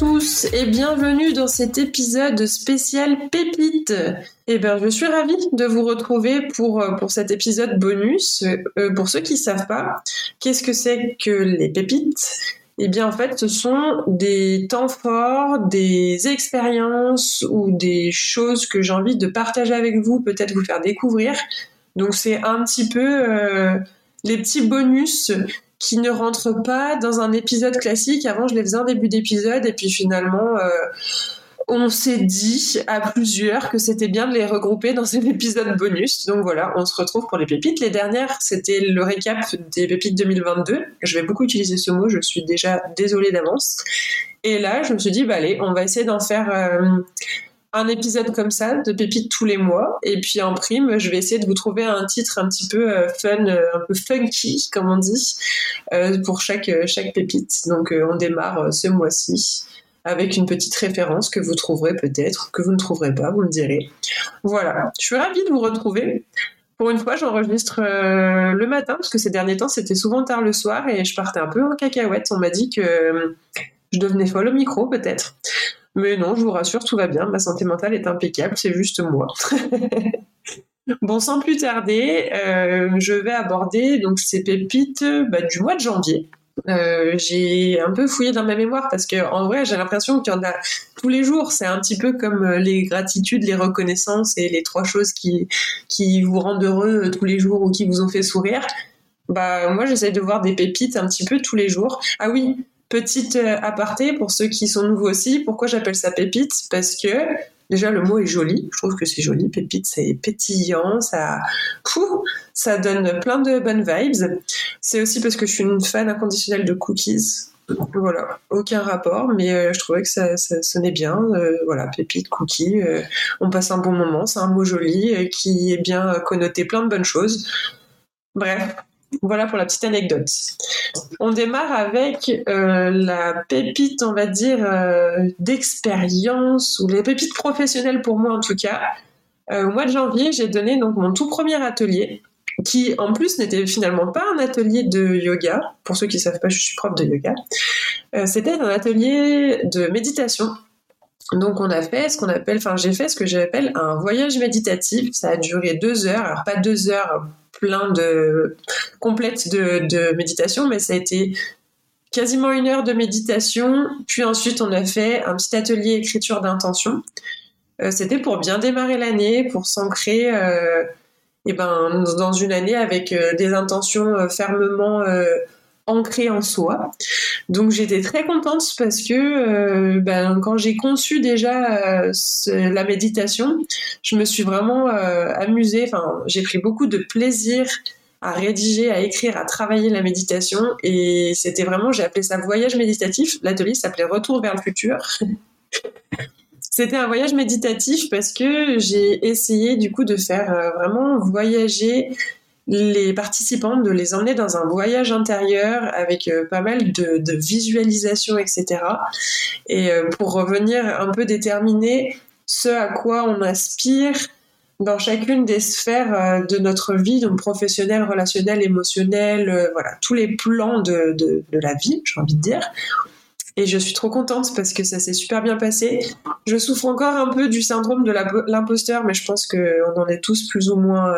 tous et bienvenue dans cet épisode spécial Pépites. Je suis ravie de vous retrouver pour cet épisode bonus. Pour ceux qui ne savent pas, qu'est-ce que c'est que les pépites ? En fait, ce sont des temps forts, des expériences ou des choses que j'ai envie de partager avec vous, peut-être vous faire découvrir. Donc c'est un petit peu les petits bonus qui ne rentrent pas dans un épisode classique. Avant, je les faisais en début d'épisode et puis finalement, on s'est dit à plusieurs que c'était bien de les regrouper dans cet épisode bonus. Donc voilà, on se retrouve pour les pépites. Les dernières, c'était le récap des pépites 2022. Je vais beaucoup utiliser ce mot, je suis déjà désolée d'avance. Et là, je me suis dit, allez, on va essayer d'en faire un épisode comme ça, de pépites tous les mois. Et puis en prime, je vais essayer de vous trouver un titre un petit peu fun, un peu funky, comme on dit, pour chaque pépite. Donc on démarre ce mois-ci avec une petite référence que vous trouverez peut-être, que vous ne trouverez pas, vous me direz. Voilà, je suis ravie de vous retrouver. Pour une fois, j'enregistre le matin, parce que ces derniers temps, c'était souvent tard le soir, et je partais un peu en cacahuète. On m'a dit que je devenais folle au micro, peut-être. Mais non, je vous rassure, tout va bien, ma santé mentale est impeccable, c'est juste moi. Bon, sans plus tarder, je vais aborder donc ces pépites du mois de janvier. J'ai un peu fouillé dans ma mémoire parce que en vrai j'ai l'impression qu'il y en a tous les jours. C'est un petit peu comme les gratitudes, les reconnaissances et les 3 choses qui vous rendent heureux tous les jours ou qui vous ont fait sourire. Moi j'essaie de voir des pépites un petit peu tous les jours. Ah oui, petite aparté pour ceux qui sont nouveaux aussi, pourquoi j'appelle ça pépite ? Parce que déjà le mot est joli, je trouve que c'est joli, pépite, c'est pétillant, ça donne plein de bonnes vibes. C'est aussi parce que je suis une fan inconditionnelle de cookies. Voilà, aucun rapport, mais je trouvais que ça sonnait bien. Voilà, pépite, cookie, on passe un bon moment, c'est un mot joli qui est bien connoté plein de bonnes choses. Bref, voilà pour la petite anecdote. On démarre avec la pépite, on va dire, d'expérience, ou les pépites professionnelles pour moi en tout cas. Au mois de janvier, j'ai donné donc mon tout premier atelier, qui en plus n'était finalement pas un atelier de yoga. Pour ceux qui ne savent pas, je suis prof de yoga. C'était un atelier de méditation. Donc on a fait j'ai fait ce que j'appelle un voyage méditatif. Ça a duré 2 heures, alors pas 2 heures complètes de méditation, mais ça a été quasiment 1 heure de méditation, puis ensuite on a fait un petit atelier écriture d'intention. C'était pour bien démarrer l'année, pour s'ancrer dans une année avec des intentions fermement ancrées en soi. Donc j'étais très contente parce que quand j'ai conçu déjà la méditation, je me suis vraiment amusée. J'ai pris beaucoup de plaisir à rédiger, à écrire, à travailler la méditation, et c'était vraiment, j'ai appelé ça voyage méditatif. L'atelier s'appelait Retour vers le futur. C'était un voyage méditatif parce que j'ai essayé du coup de faire vraiment voyager les participants, de les emmener dans un voyage intérieur avec pas mal de visualisation, etc. Et pour revenir un peu déterminer ce à quoi on aspire dans chacune des sphères de notre vie, donc professionnelle, relationnelle, émotionnelle, voilà, tous les plans de la vie, j'ai envie de dire. Et je suis trop contente parce que ça s'est super bien passé. Je souffre encore un peu du syndrome de l'imposteur, mais je pense qu'on en est tous plus ou moins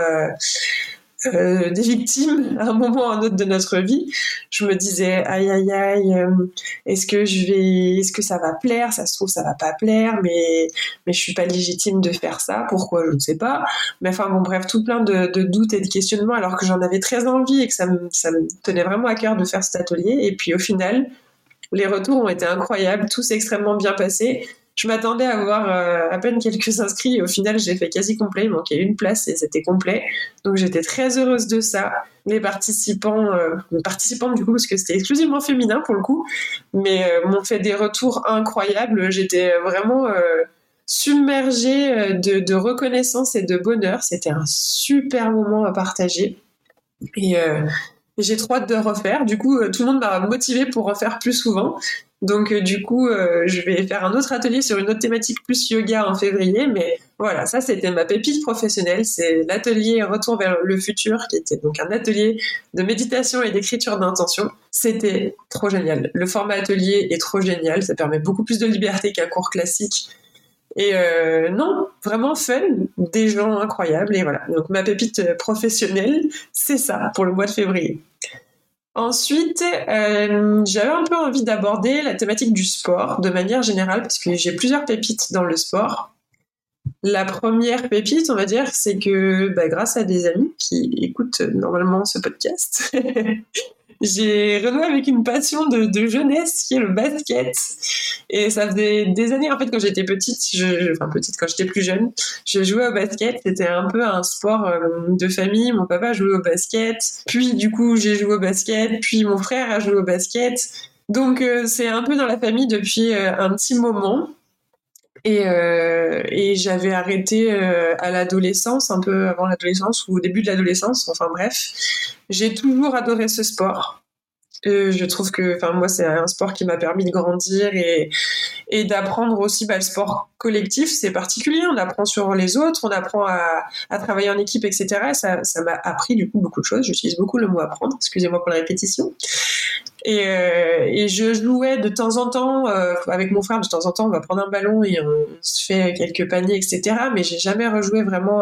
des victimes à un moment ou à un autre de notre vie. Je me disais aïe, est-ce que ça va plaire ? Ça se trouve ça va pas plaire, mais je suis pas légitime de faire ça. Pourquoi ? Je ne sais pas. Mais bref, tout plein de doutes et de questionnements, alors que j'en avais très envie et que ça me tenait vraiment à cœur de faire cet atelier. Et puis au final, les retours ont été incroyables, tout s'est extrêmement bien passé. Je m'attendais à avoir à peine quelques inscrits, et au final j'ai fait quasi complet, il manquait 1 place et c'était complet. Donc j'étais très heureuse de ça. Les participantes du coup, parce que c'était exclusivement féminin pour le coup, mais m'ont fait des retours incroyables. J'étais vraiment submergée de reconnaissance et de bonheur. C'était un super moment à partager. Et j'ai trop hâte de refaire. Du coup, tout le monde m'a motivée pour refaire plus souvent. Donc, du coup, je vais faire un autre atelier sur une autre thématique plus yoga en février. Mais voilà, ça, c'était ma pépite professionnelle. C'est l'atelier Retour vers le futur, qui était donc un atelier de méditation et d'écriture d'intention. C'était trop génial. Le format atelier est trop génial. Ça permet beaucoup plus de liberté qu'un cours classique. Et non, vraiment fun, des gens incroyables. Et voilà, donc ma pépite professionnelle, c'est ça pour le mois de février. Ensuite, j'avais un peu envie d'aborder la thématique du sport de manière générale parce que j'ai plusieurs pépites dans le sport. La première pépite, on va dire, c'est que grâce à des amis qui écoutent normalement ce podcast, j'ai renoué avec une passion de jeunesse qui est le basket. Et ça faisait des années, en fait, quand j'étais petite, quand j'étais plus jeune, je jouais au basket. C'était un peu un sport de famille. Mon papa jouait au basket. Puis, du coup, j'ai joué au basket. Puis, mon frère a joué au basket. Donc, c'est un peu dans la famille depuis un petit moment. Et j'avais arrêté à l'adolescence, un peu avant l'adolescence ou au début de l'adolescence. Enfin bref, j'ai toujours adoré ce sport. Je trouve que, moi, c'est un sport qui m'a permis de grandir et d'apprendre aussi le sport collectif. C'est particulier, on apprend sur les autres, on apprend à travailler en équipe, etc. Ça m'a appris du coup beaucoup de choses. J'utilise beaucoup le mot apprendre, excusez-moi pour la répétition. Et je jouais de temps en temps avec mon frère. De temps en temps, on va prendre un ballon et on se fait quelques paniers, etc. Mais j'ai jamais rejoué vraiment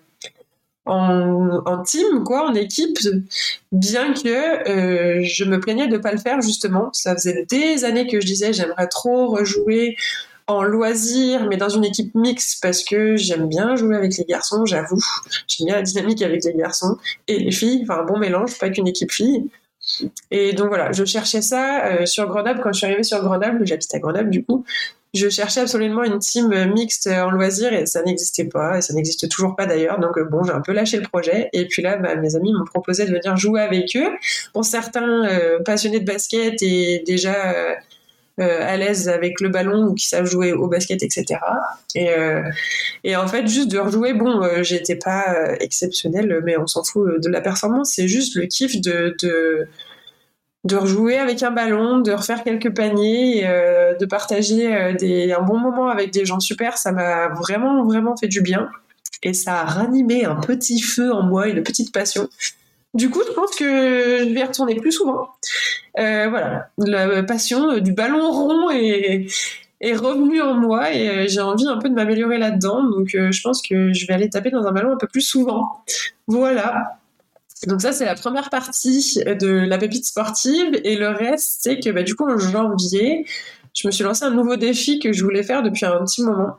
en team, quoi, en équipe, bien que je me plaignais de pas le faire, justement. Ça faisait des années que je disais j'aimerais trop rejouer en loisir, mais dans une équipe mixte, parce que j'aime bien jouer avec les garçons, j'avoue. J'aime bien la dynamique avec les garçons et les filles, un bon mélange, pas qu'une équipe fille. Et donc voilà, je cherchais ça sur Grenoble. Quand je suis arrivée sur Grenoble, j'habite à Grenoble du coup, je cherchais absolument une team mixte en loisirs et ça n'existait pas, et ça n'existe toujours pas d'ailleurs. Donc bon, j'ai un peu lâché le projet. Et puis là, mes amis m'ont proposé de venir jouer avec eux. Pour certains passionnés de basket et déjà à l'aise avec le ballon ou qui savent jouer au basket, etc. Et en fait, juste de rejouer, j'étais pas exceptionnelle, mais on s'en fout de la performance. C'est juste le kiff de rejouer avec un ballon, de refaire quelques paniers, de partager un bon moment avec des gens super. Ça m'a vraiment, vraiment fait du bien. Et ça a ranimé un petit feu en moi, une petite passion. Du coup, je pense que je vais y retourner plus souvent. Voilà, la passion du ballon rond est revenue en moi et j'ai envie un peu de m'améliorer là-dedans. Donc, je pense que je vais aller taper dans un ballon un peu plus souvent. Voilà. Donc ça, c'est la première partie de la pépite sportive. Et le reste, c'est que du coup, en janvier, je me suis lancé un nouveau défi que je voulais faire depuis un petit moment.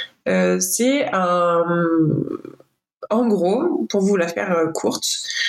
En gros, pour vous la faire courte,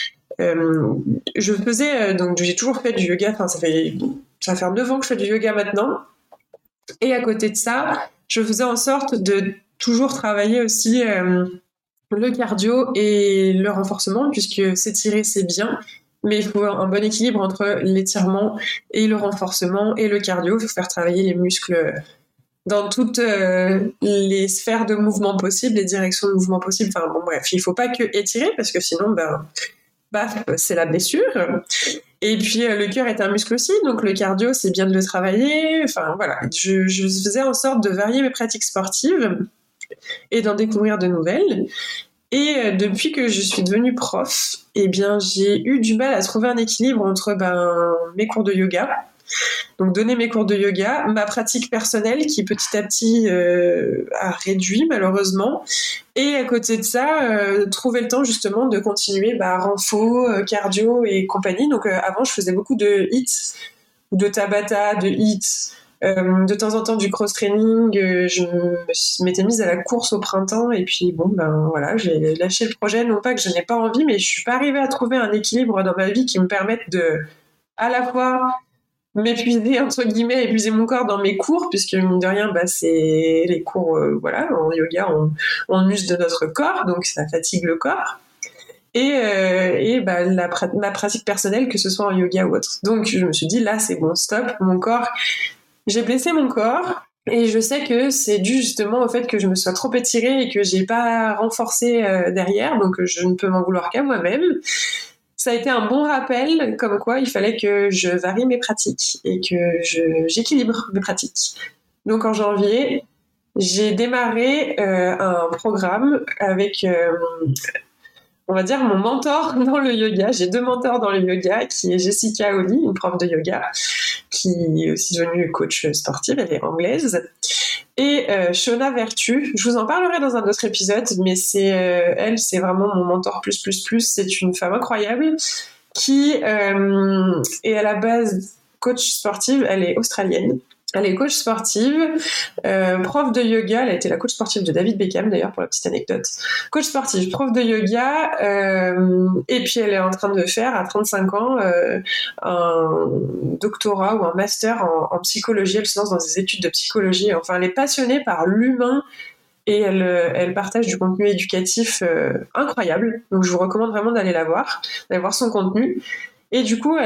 je faisais... donc j'ai toujours fait du yoga. Ça fait 9 ans que je fais du yoga maintenant. Et à côté de ça, je faisais en sorte de toujours travailler aussi... le cardio et le renforcement, puisque s'étirer, c'est bien, mais il faut un bon équilibre entre l'étirement et le renforcement et le cardio. Il faut faire travailler les muscles dans toutes les sphères de mouvement possibles, les directions de mouvement possibles. Bref, il faut pas que étirer, parce que sinon, c'est la blessure. Et puis, le cœur est un muscle aussi, donc le cardio, c'est bien de le travailler. Voilà, je faisais en sorte de varier mes pratiques sportives et d'en découvrir de nouvelles. Et depuis que je suis devenue prof, j'ai eu du mal à trouver un équilibre entre mes cours de yoga, donc donner mes cours de yoga, ma pratique personnelle qui petit à petit a réduit malheureusement, et à côté de ça, trouver le temps justement de continuer renfo, cardio et compagnie. Donc avant, je faisais beaucoup de hits, de tabata, de hits, de temps en temps du cross-training. Je m'étais mise à la course au printemps et puis voilà, j'ai lâché le projet. Non pas que je n'ai pas envie, mais je suis pas arrivée à trouver un équilibre dans ma vie qui me permette de à la fois m'épuiser, entre guillemets, épuiser mon corps dans mes cours, puisque mine de rien, c'est les cours, voilà, en yoga, on use de notre corps, donc ça fatigue le corps. Et ma pratique personnelle, que ce soit en yoga ou autre. Donc je me suis dit, là, c'est bon, stop, mon corps... J'ai blessé mon corps et je sais que c'est dû justement au fait que je me sois trop étirée et que j'ai pas renforcé derrière, donc je ne peux m'en vouloir qu'à moi-même. ça a été un bon rappel, comme quoi il fallait que je varie mes pratiques et que j'équilibre mes pratiques. Donc en janvier, j'ai démarré un programme avec, on va dire, mon mentor dans le yoga. J'ai 2 mentors dans le yoga, qui est Jessica Oli, une prof de yoga, qui est aussi devenue coach sportive, elle est anglaise, et Shona Vertu. Je vous en parlerai dans un autre épisode, mais elle, c'est vraiment mon mentor plus. C'est une femme incroyable qui est à la base coach sportive. Elle est australienne. Elle est coach sportive, prof de yoga. Elle a été la coach sportive de David Beckham, d'ailleurs, pour la petite anecdote. Coach sportive, prof de yoga, et puis elle est en train de faire, à 35 ans, un doctorat ou un master en psychologie. Elle se lance dans des études de psychologie. Enfin, elle est passionnée par l'humain et elle partage du contenu éducatif incroyable. Donc, je vous recommande vraiment d'aller d'aller voir son contenu. Et du coup,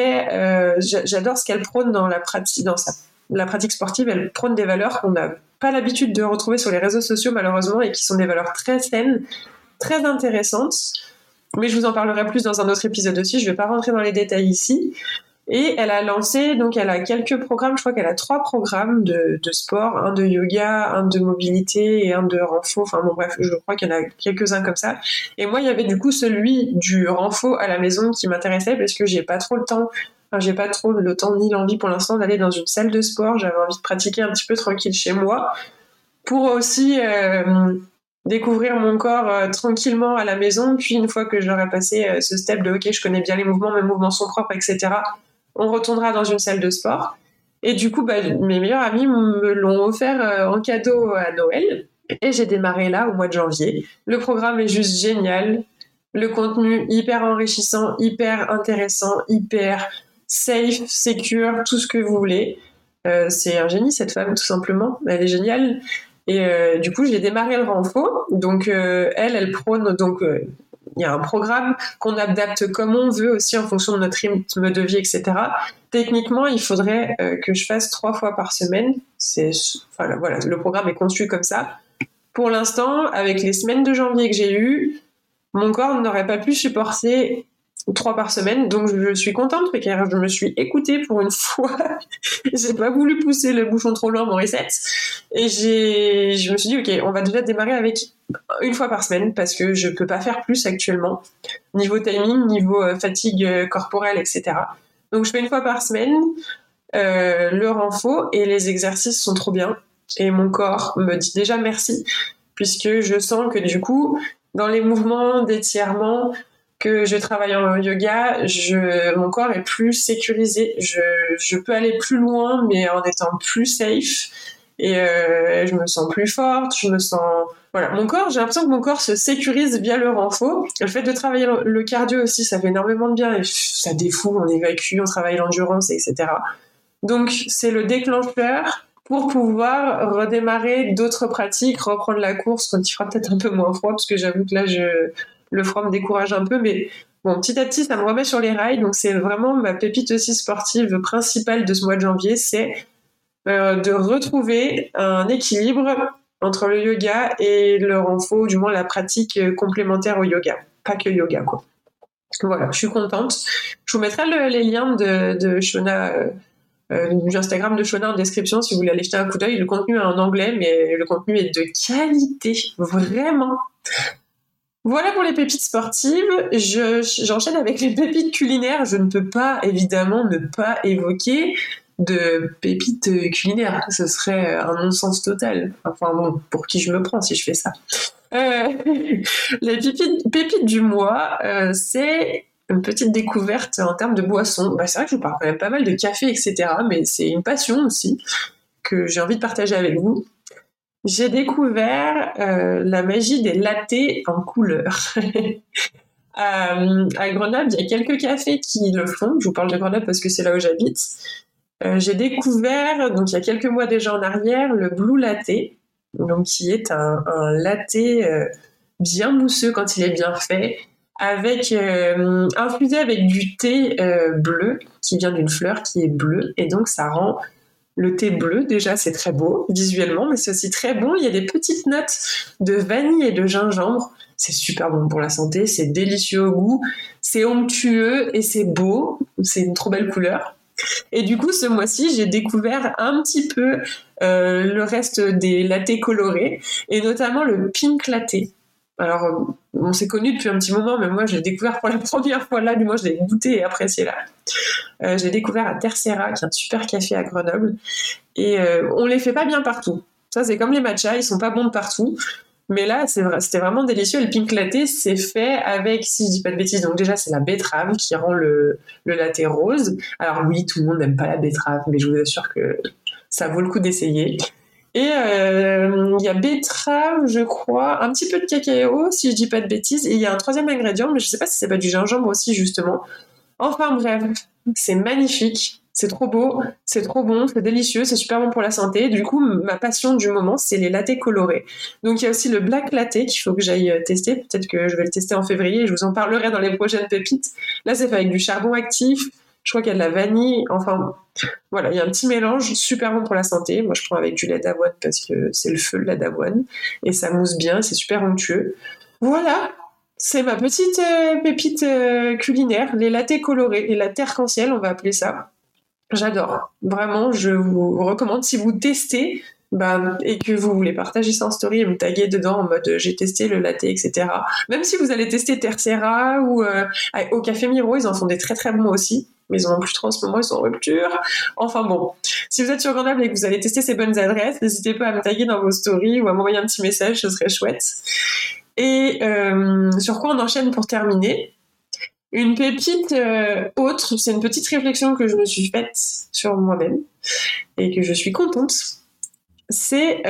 j'adore ce qu'elle prône dans la pratique sportive. Elle prône des valeurs qu'on n'a pas l'habitude de retrouver sur les réseaux sociaux, malheureusement, et qui sont des valeurs très saines, très intéressantes. Mais je vous en parlerai plus dans un autre épisode aussi. Je ne vais pas rentrer dans les détails ici. Et elle a lancé, donc elle a quelques programmes, je crois qu'elle a 3 programmes de sport, un de yoga, un de mobilité et un de renfo. Enfin bon, bref, je crois qu'il y en a quelques-uns comme ça. Et moi, il y avait du coup celui du renfo à la maison qui m'intéressait parce que j'ai pas trop le temps. Enfin, j'ai pas trop le temps ni l'envie pour l'instant d'aller dans une salle de sport. J'avais envie de pratiquer un petit peu tranquille chez moi pour aussi découvrir mon corps tranquillement à la maison. Puis une fois que j'aurai passé ce step de « ok, je connais bien les mouvements, mes mouvements sont propres, etc. », on retournera dans une salle de sport. Et du coup, mes meilleurs amis me l'ont offert en cadeau à Noël. Et j'ai démarré là au mois de janvier. Le programme est juste génial. Le contenu hyper enrichissant, hyper intéressant, hyper safe, secure, tout ce que vous voulez. C'est un génie, cette femme, tout simplement. Elle est géniale. Et du coup, j'ai démarré le renfo. Donc, elle prône... Donc, il y a un programme qu'on adapte comme on veut aussi en fonction de notre rythme de vie, etc. Techniquement, il faudrait que je fasse 3 fois par semaine. Voilà, le programme est conçu comme ça. Pour l'instant, avec les semaines de janvier que j'ai eues, mon corps n'aurait pas pu supporter 3 par semaine, donc je suis contente car je me suis écoutée pour une fois. J'ai pas voulu pousser le bouchon trop loin, mon reset. Et je me suis dit, ok, on va déjà démarrer avec 1 fois par semaine parce que je peux pas faire plus actuellement, niveau timing, niveau fatigue corporelle, etc. Donc je fais 1 fois par semaine le renfo et les exercices sont trop bien. Et mon corps me dit déjà merci, puisque je sens que du coup, dans les mouvements d'étirement que je travaille en yoga, mon corps est plus sécurisé. Je peux aller plus loin, mais en étant plus safe. Et je me sens plus forte, Voilà, j'ai l'impression que mon corps se sécurise via le renfo. Le fait de travailler le cardio aussi, ça fait énormément de bien. Et ça défoule, on évacue, on travaille l'endurance, etc. Donc, c'est le déclencheur pour pouvoir redémarrer d'autres pratiques, reprendre la course quand il fera peut-être un peu moins froid, parce que j'avoue que là, le froid me décourage un peu, mais bon, petit à petit, ça me remet sur les rails. Donc, c'est vraiment ma pépite aussi sportive principale de ce mois de janvier, c'est de retrouver un équilibre entre le yoga et le renfo, du moins la pratique complémentaire au yoga. Pas que yoga, quoi. Voilà, je suis contente. Je vous mettrai les liens de Shona, du Instagram de Shona en description si vous voulez aller jeter un coup d'œil. Le contenu est en anglais, mais le contenu est de qualité, vraiment. Voilà pour les pépites sportives. J'enchaîne avec les pépites culinaires. Je ne peux pas, évidemment, ne pas évoquer de pépites culinaires. Ce serait un non-sens total. Enfin bon, pour qui je me prends si je fais ça. Les pépites du mois, c'est une petite découverte en termes de boissons. C'est vrai que je vous parle quand même pas mal de café, etc. Mais c'est une passion aussi que j'ai envie de partager avec vous. J'ai découvert la magie des lattés en couleur. À Grenoble, il y a quelques cafés qui le font. Je vous parle de Grenoble parce que c'est là où j'habite. J'ai découvert, donc il y a quelques mois déjà en arrière, le Blue Latte, donc qui est un latte bien mousseux quand il est bien fait, infusé avec du thé bleu qui vient d'une fleur qui est bleue, et donc ça rend le thé bleu, déjà c'est très beau visuellement, mais c'est aussi très bon. Il y a des petites notes de vanille et de gingembre. C'est super bon pour la santé, c'est délicieux au goût. c'est onctueux et c'est beau, c'est une trop belle couleur. Et du coup, ce mois-ci, j'ai découvert un petit peu le reste des lattés colorés, et notamment le pink latte. Alors, on s'est connus depuis un petit moment, mais moi, je l'ai découvert pour la première fois là, du moins, je l'ai goûté et apprécié là. Je l'ai découvert à Tercera, qui est un super café à Grenoble, et on les fait pas bien partout. Ça, c'est comme les matchas, ils sont pas bons de partout. Mais là, c'était vraiment délicieux. Le pink latte, c'est fait avec, si je dis pas de bêtises, donc déjà, c'est la betterave qui rend le latte rose. Alors oui, tout le monde n'aime pas la betterave, mais je vous assure que ça vaut le coup d'essayer. Et il y a betterave, je crois, un petit peu de cacao, si je dis pas de bêtises. Et il y a un troisième ingrédient, mais je sais pas si c'est pas du gingembre aussi, justement. Enfin bref, c'est magnifique, c'est trop beau, c'est trop bon, c'est délicieux, c'est super bon pour la santé. Du coup, ma passion du moment, c'est les lattés colorés. Donc il y a aussi le black latte qu'il faut que j'aille tester. Peut-être que je vais le tester en février et je vous en parlerai dans les prochaines pépites. Là, c'est fait avec du charbon actif. Je crois qu'il y a de la vanille. Enfin, voilà, il y a un petit mélange super bon pour la santé. Moi, je prends avec du lait d'avoine parce que c'est le feu, le lait d'avoine. Et ça mousse bien, c'est super onctueux. Voilà, c'est ma petite pépite culinaire, les lattés colorés, les lattés arc-en-ciel, on va appeler ça. J'adore. Vraiment, je vous recommande si vous testez et que vous voulez partager ça en story et me taguer dedans en mode j'ai testé le latte, etc. Même si vous allez tester Tercera ou au Café Miro, ils en font des très très bons aussi. Mais ils en ont plus trop en ce moment, ils sont en rupture. Enfin bon, si vous êtes sur Grenoble et que vous allez tester ces bonnes adresses, n'hésitez pas à me taguer dans vos stories ou à m'envoyer un petit message, ce serait chouette. Et sur quoi on enchaîne pour terminer? Une pépite autre, c'est une petite réflexion que je me suis faite sur moi-même et que je suis contente. C'est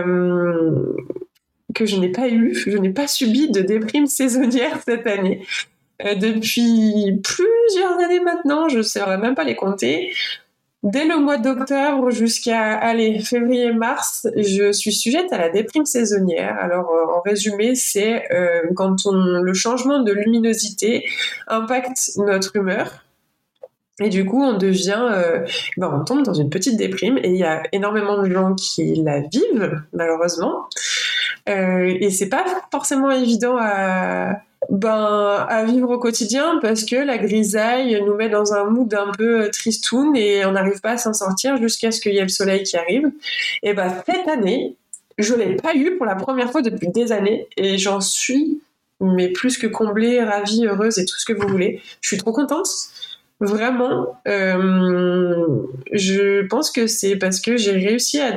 que je n'ai pas subi de déprime saisonnière cette année. Depuis plusieurs années maintenant, je ne saurais même pas les compter. Dès le mois d'octobre jusqu'à février-mars, je suis sujette à la déprime saisonnière. Alors, en résumé, c'est quand le changement de luminosité impacte notre humeur. Et du coup, on tombe dans une petite déprime. Et il y a énormément de gens qui la vivent, malheureusement. Et c'est pas forcément évident à vivre au quotidien parce que la grisaille nous met dans un mood un peu tristoun et on n'arrive pas à s'en sortir jusqu'à ce qu'il y ait le soleil qui arrive. Et cette année, je l'ai pas eu pour la première fois depuis des années et j'en suis mais plus que comblée, ravie, heureuse et tout ce que vous voulez. Je suis trop contente. Vraiment, je pense que c'est parce que j'ai réussi à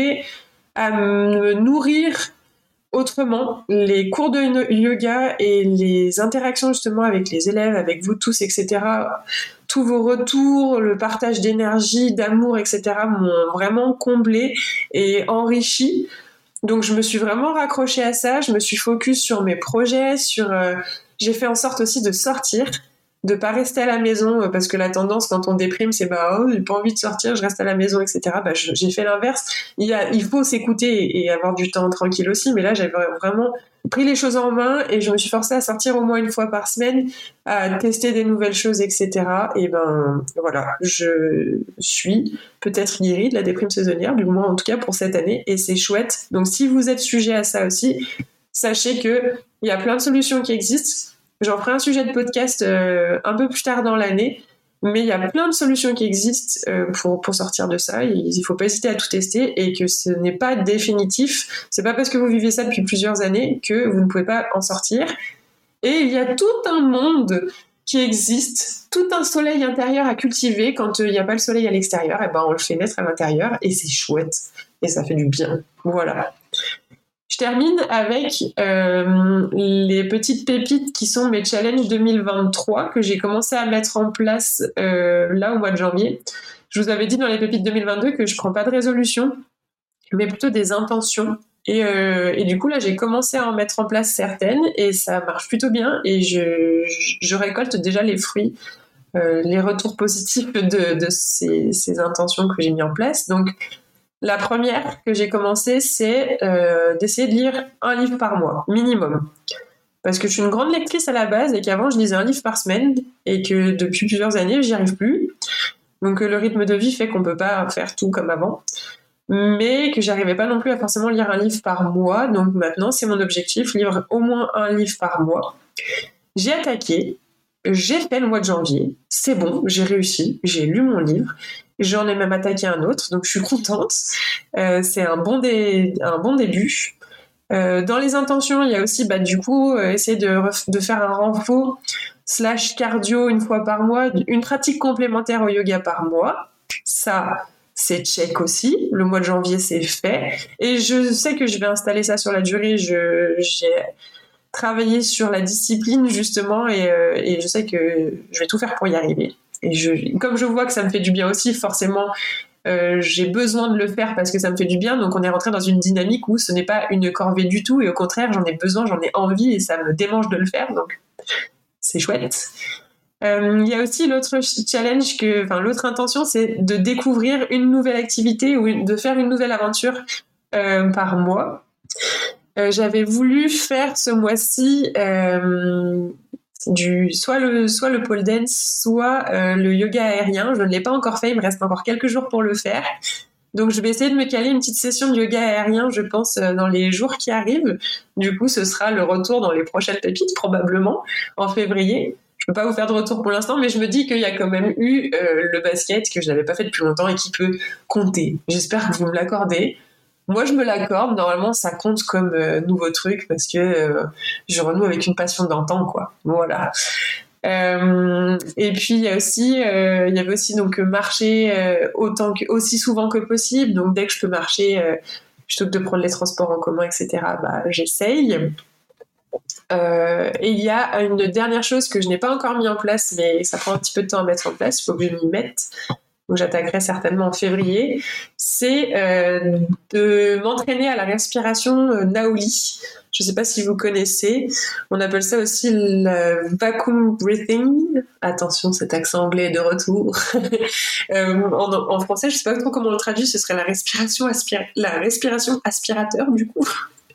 me nourrir autrement. Les cours de yoga et les interactions justement avec les élèves, avec vous tous, etc., tous vos retours, le partage d'énergie, d'amour, etc., m'ont vraiment comblé et enrichi. Donc je me suis vraiment raccrochée à ça, je me suis focus sur mes projets, j'ai fait en sorte aussi de sortir, de pas rester à la maison, parce que la tendance quand on déprime, c'est j'ai pas envie de sortir, je reste à la maison, etc. J'ai fait l'inverse. Il faut s'écouter et avoir du temps tranquille aussi, mais là j'avais vraiment pris les choses en main et je me suis forcée à sortir au moins une fois par semaine, à tester des nouvelles choses, etc. Et voilà, je suis peut-être guérie de la déprime saisonnière, du moins en tout cas pour cette année, et c'est chouette. Donc si vous êtes sujet à ça aussi, sachez que il y a plein de solutions qui existent. J'en ferai un sujet de podcast un peu plus tard dans l'année, mais il y a plein de solutions qui existent pour sortir de ça. Il ne faut pas hésiter à tout tester et que ce n'est pas définitif. C'est pas parce que vous vivez ça depuis plusieurs années que vous ne pouvez pas en sortir. Et il y a tout un monde qui existe, tout un soleil intérieur à cultiver. Quand il n'y a pas le soleil à l'extérieur, on le fait naître à l'intérieur et c'est chouette et ça fait du bien. Voilà. Je termine avec les petites pépites qui sont mes challenges 2023 que j'ai commencé à mettre en place là au mois de janvier. Je vous avais dit dans les pépites 2022 que je prends pas de résolution, mais plutôt des intentions. Et du coup, là, j'ai commencé à en mettre en place certaines et ça marche plutôt bien et je récolte déjà les fruits, les retours positifs de ces intentions que j'ai mis en place. Donc, la première que j'ai commencé, c'est d'essayer de lire un livre par mois, minimum. Parce que je suis une grande lectrice à la base et qu'avant, je lisais un livre par semaine et que depuis plusieurs années, j'y arrive plus. Donc le rythme de vie fait qu'on peut pas faire tout comme avant. Mais que j'arrivais pas non plus à forcément lire un livre par mois. Donc maintenant, c'est mon objectif, lire au moins un livre par mois. J'ai attaqué. j'ai fait le mois de janvier, c'est bon, j'ai réussi, j'ai lu mon livre, j'en ai même attaqué un autre, donc je suis contente. C'est un bon début. Dans les intentions, il y a aussi du coup essayer de faire un renfort / cardio une fois par mois, une pratique complémentaire au yoga par mois. Ça, c'est check aussi. Le mois de janvier, c'est fait. Et je sais que je vais installer ça sur la durée. J'ai travaillé sur la discipline justement et je sais que je vais tout faire pour y arriver. Et comme je vois que ça me fait du bien aussi, forcément, j'ai besoin de le faire parce que ça me fait du bien. Donc on est rentré dans une dynamique où ce n'est pas une corvée du tout et au contraire, j'en ai besoin, j'en ai envie et ça me démange de le faire. Donc c'est chouette. Il y a aussi l'autre challenge, l'autre intention, c'est de découvrir une nouvelle activité ou de faire une nouvelle aventure par mois. J'avais voulu faire ce mois-ci soit le pole dance, soit le yoga aérien. Je ne l'ai pas encore fait, il me reste encore quelques jours pour le faire. Donc je vais essayer de me caler une petite session de yoga aérien, je pense, dans les jours qui arrivent. Du coup, ce sera le retour dans les prochaines pépites, probablement, en février. Je peux pas vous faire de retour pour l'instant, mais je me dis qu'il y a quand même eu le basket que je n'avais pas fait depuis longtemps et qui peut compter. J'espère que vous me l'accordez. Moi, je me l'accorde. Normalement, ça compte comme nouveau truc parce que je renoue avec une passion d'antan, quoi. Voilà. Et puis il y avait aussi donc marcher aussi souvent que possible. Donc dès que je peux marcher, plutôt que de prendre les transports en commun, etc. J'essaye. Et il y a une dernière chose que je n'ai pas encore mis en place, mais ça prend un petit peu de temps à mettre en place. Il faut que je m'y mette. Donc j'attaquerai certainement en février. C'est de m'entraîner à la respiration Naoli. Je ne sais pas si vous connaissez. On appelle ça aussi le vacuum breathing. Attention, cet accent anglais est de retour. En français, je ne sais pas trop comment on le traduit. Ce serait la respiration aspirateur, du coup.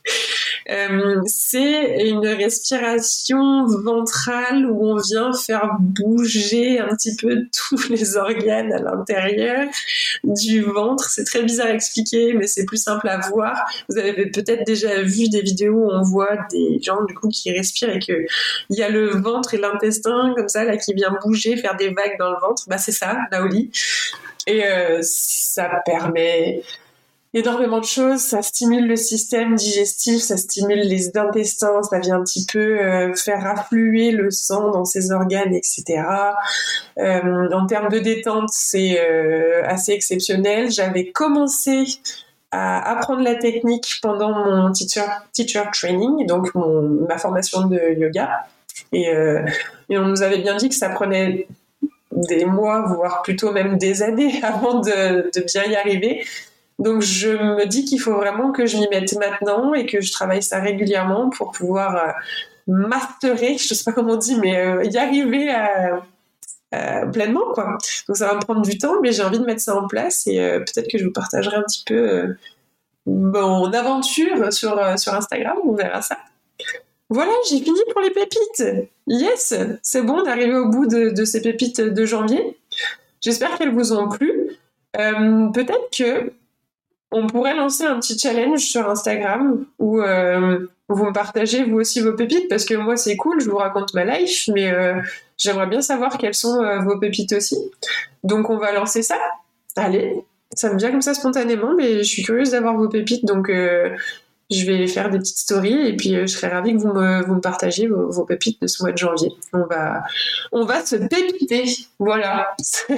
C'est une respiration ventrale où on vient faire bouger un petit peu tous les organes à l'intérieur du ventre. C'est très bizarre à expliquer, mais c'est plus simple à voir. Vous avez peut-être déjà vu des vidéos où on voit des gens du coup qui respirent et que il y a le ventre et l'intestin comme ça là qui vient bouger, faire des vagues dans le ventre. C'est ça, Naoli. Et ça permet énormément de choses, ça stimule le système digestif, ça stimule les intestins, ça vient un petit peu faire affluer le sang dans ses organes, etc. En termes de détente, c'est assez exceptionnel. J'avais commencé à apprendre la technique pendant mon teacher training, donc ma formation de yoga. Et on nous avait bien dit que ça prenait des mois, voire plutôt même des années avant de bien y arriver. Donc je me dis qu'il faut vraiment que je m'y mette maintenant et que je travaille ça régulièrement pour pouvoir masterer, je ne sais pas comment on dit, mais y arriver pleinement, quoi. Donc ça va me prendre du temps, mais j'ai envie de mettre ça en place et peut-être que je vous partagerai un petit peu mon aventure sur Instagram, on verra ça. Voilà, j'ai fini pour les pépites. Yes, c'est bon d'arriver au bout de ces pépites de janvier. J'espère qu'elles vous ont plu. Peut-être que on pourrait lancer un petit challenge sur Instagram où vous me partagez vous aussi vos pépites, parce que moi c'est cool, je vous raconte ma life, mais j'aimerais bien savoir quelles sont vos pépites aussi. Donc on va lancer ça. Allez, ça me vient comme ça spontanément, mais je suis curieuse d'avoir vos pépites, donc je vais faire des petites stories et puis je serais ravie que vous me partagiez vos pépites de ce mois de janvier. On va se pépiter, voilà.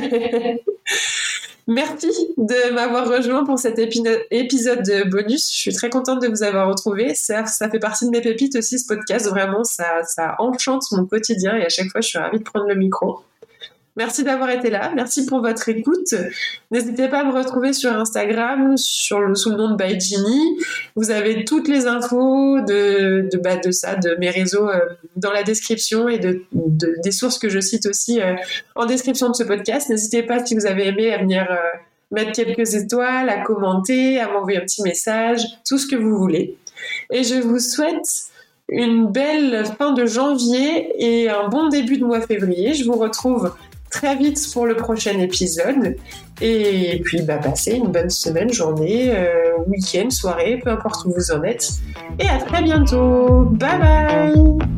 Merci de m'avoir rejoint pour cet épisode de bonus. Je suis très contente de vous avoir retrouvé. Ça fait partie de mes pépites aussi, ce podcast. Vraiment, ça enchante mon quotidien et à chaque fois, je suis ravie de prendre le micro. Merci d'avoir été là. Merci pour votre écoute. N'hésitez pas à me retrouver sur Instagram sous le nom de By Ginny. Vous avez toutes les infos de mes réseaux dans la description et des sources que je cite aussi en description de ce podcast. N'hésitez pas, si vous avez aimé, à venir mettre quelques étoiles, à commenter, à m'envoyer un petit message, tout ce que vous voulez. Et je vous souhaite une belle fin de janvier et un bon début de mois février. Je vous retrouve très vite pour le prochain épisode. Et puis, passez une bonne semaine, journée, week-end, soirée, peu importe où vous en êtes. Et à très bientôt. Bye bye!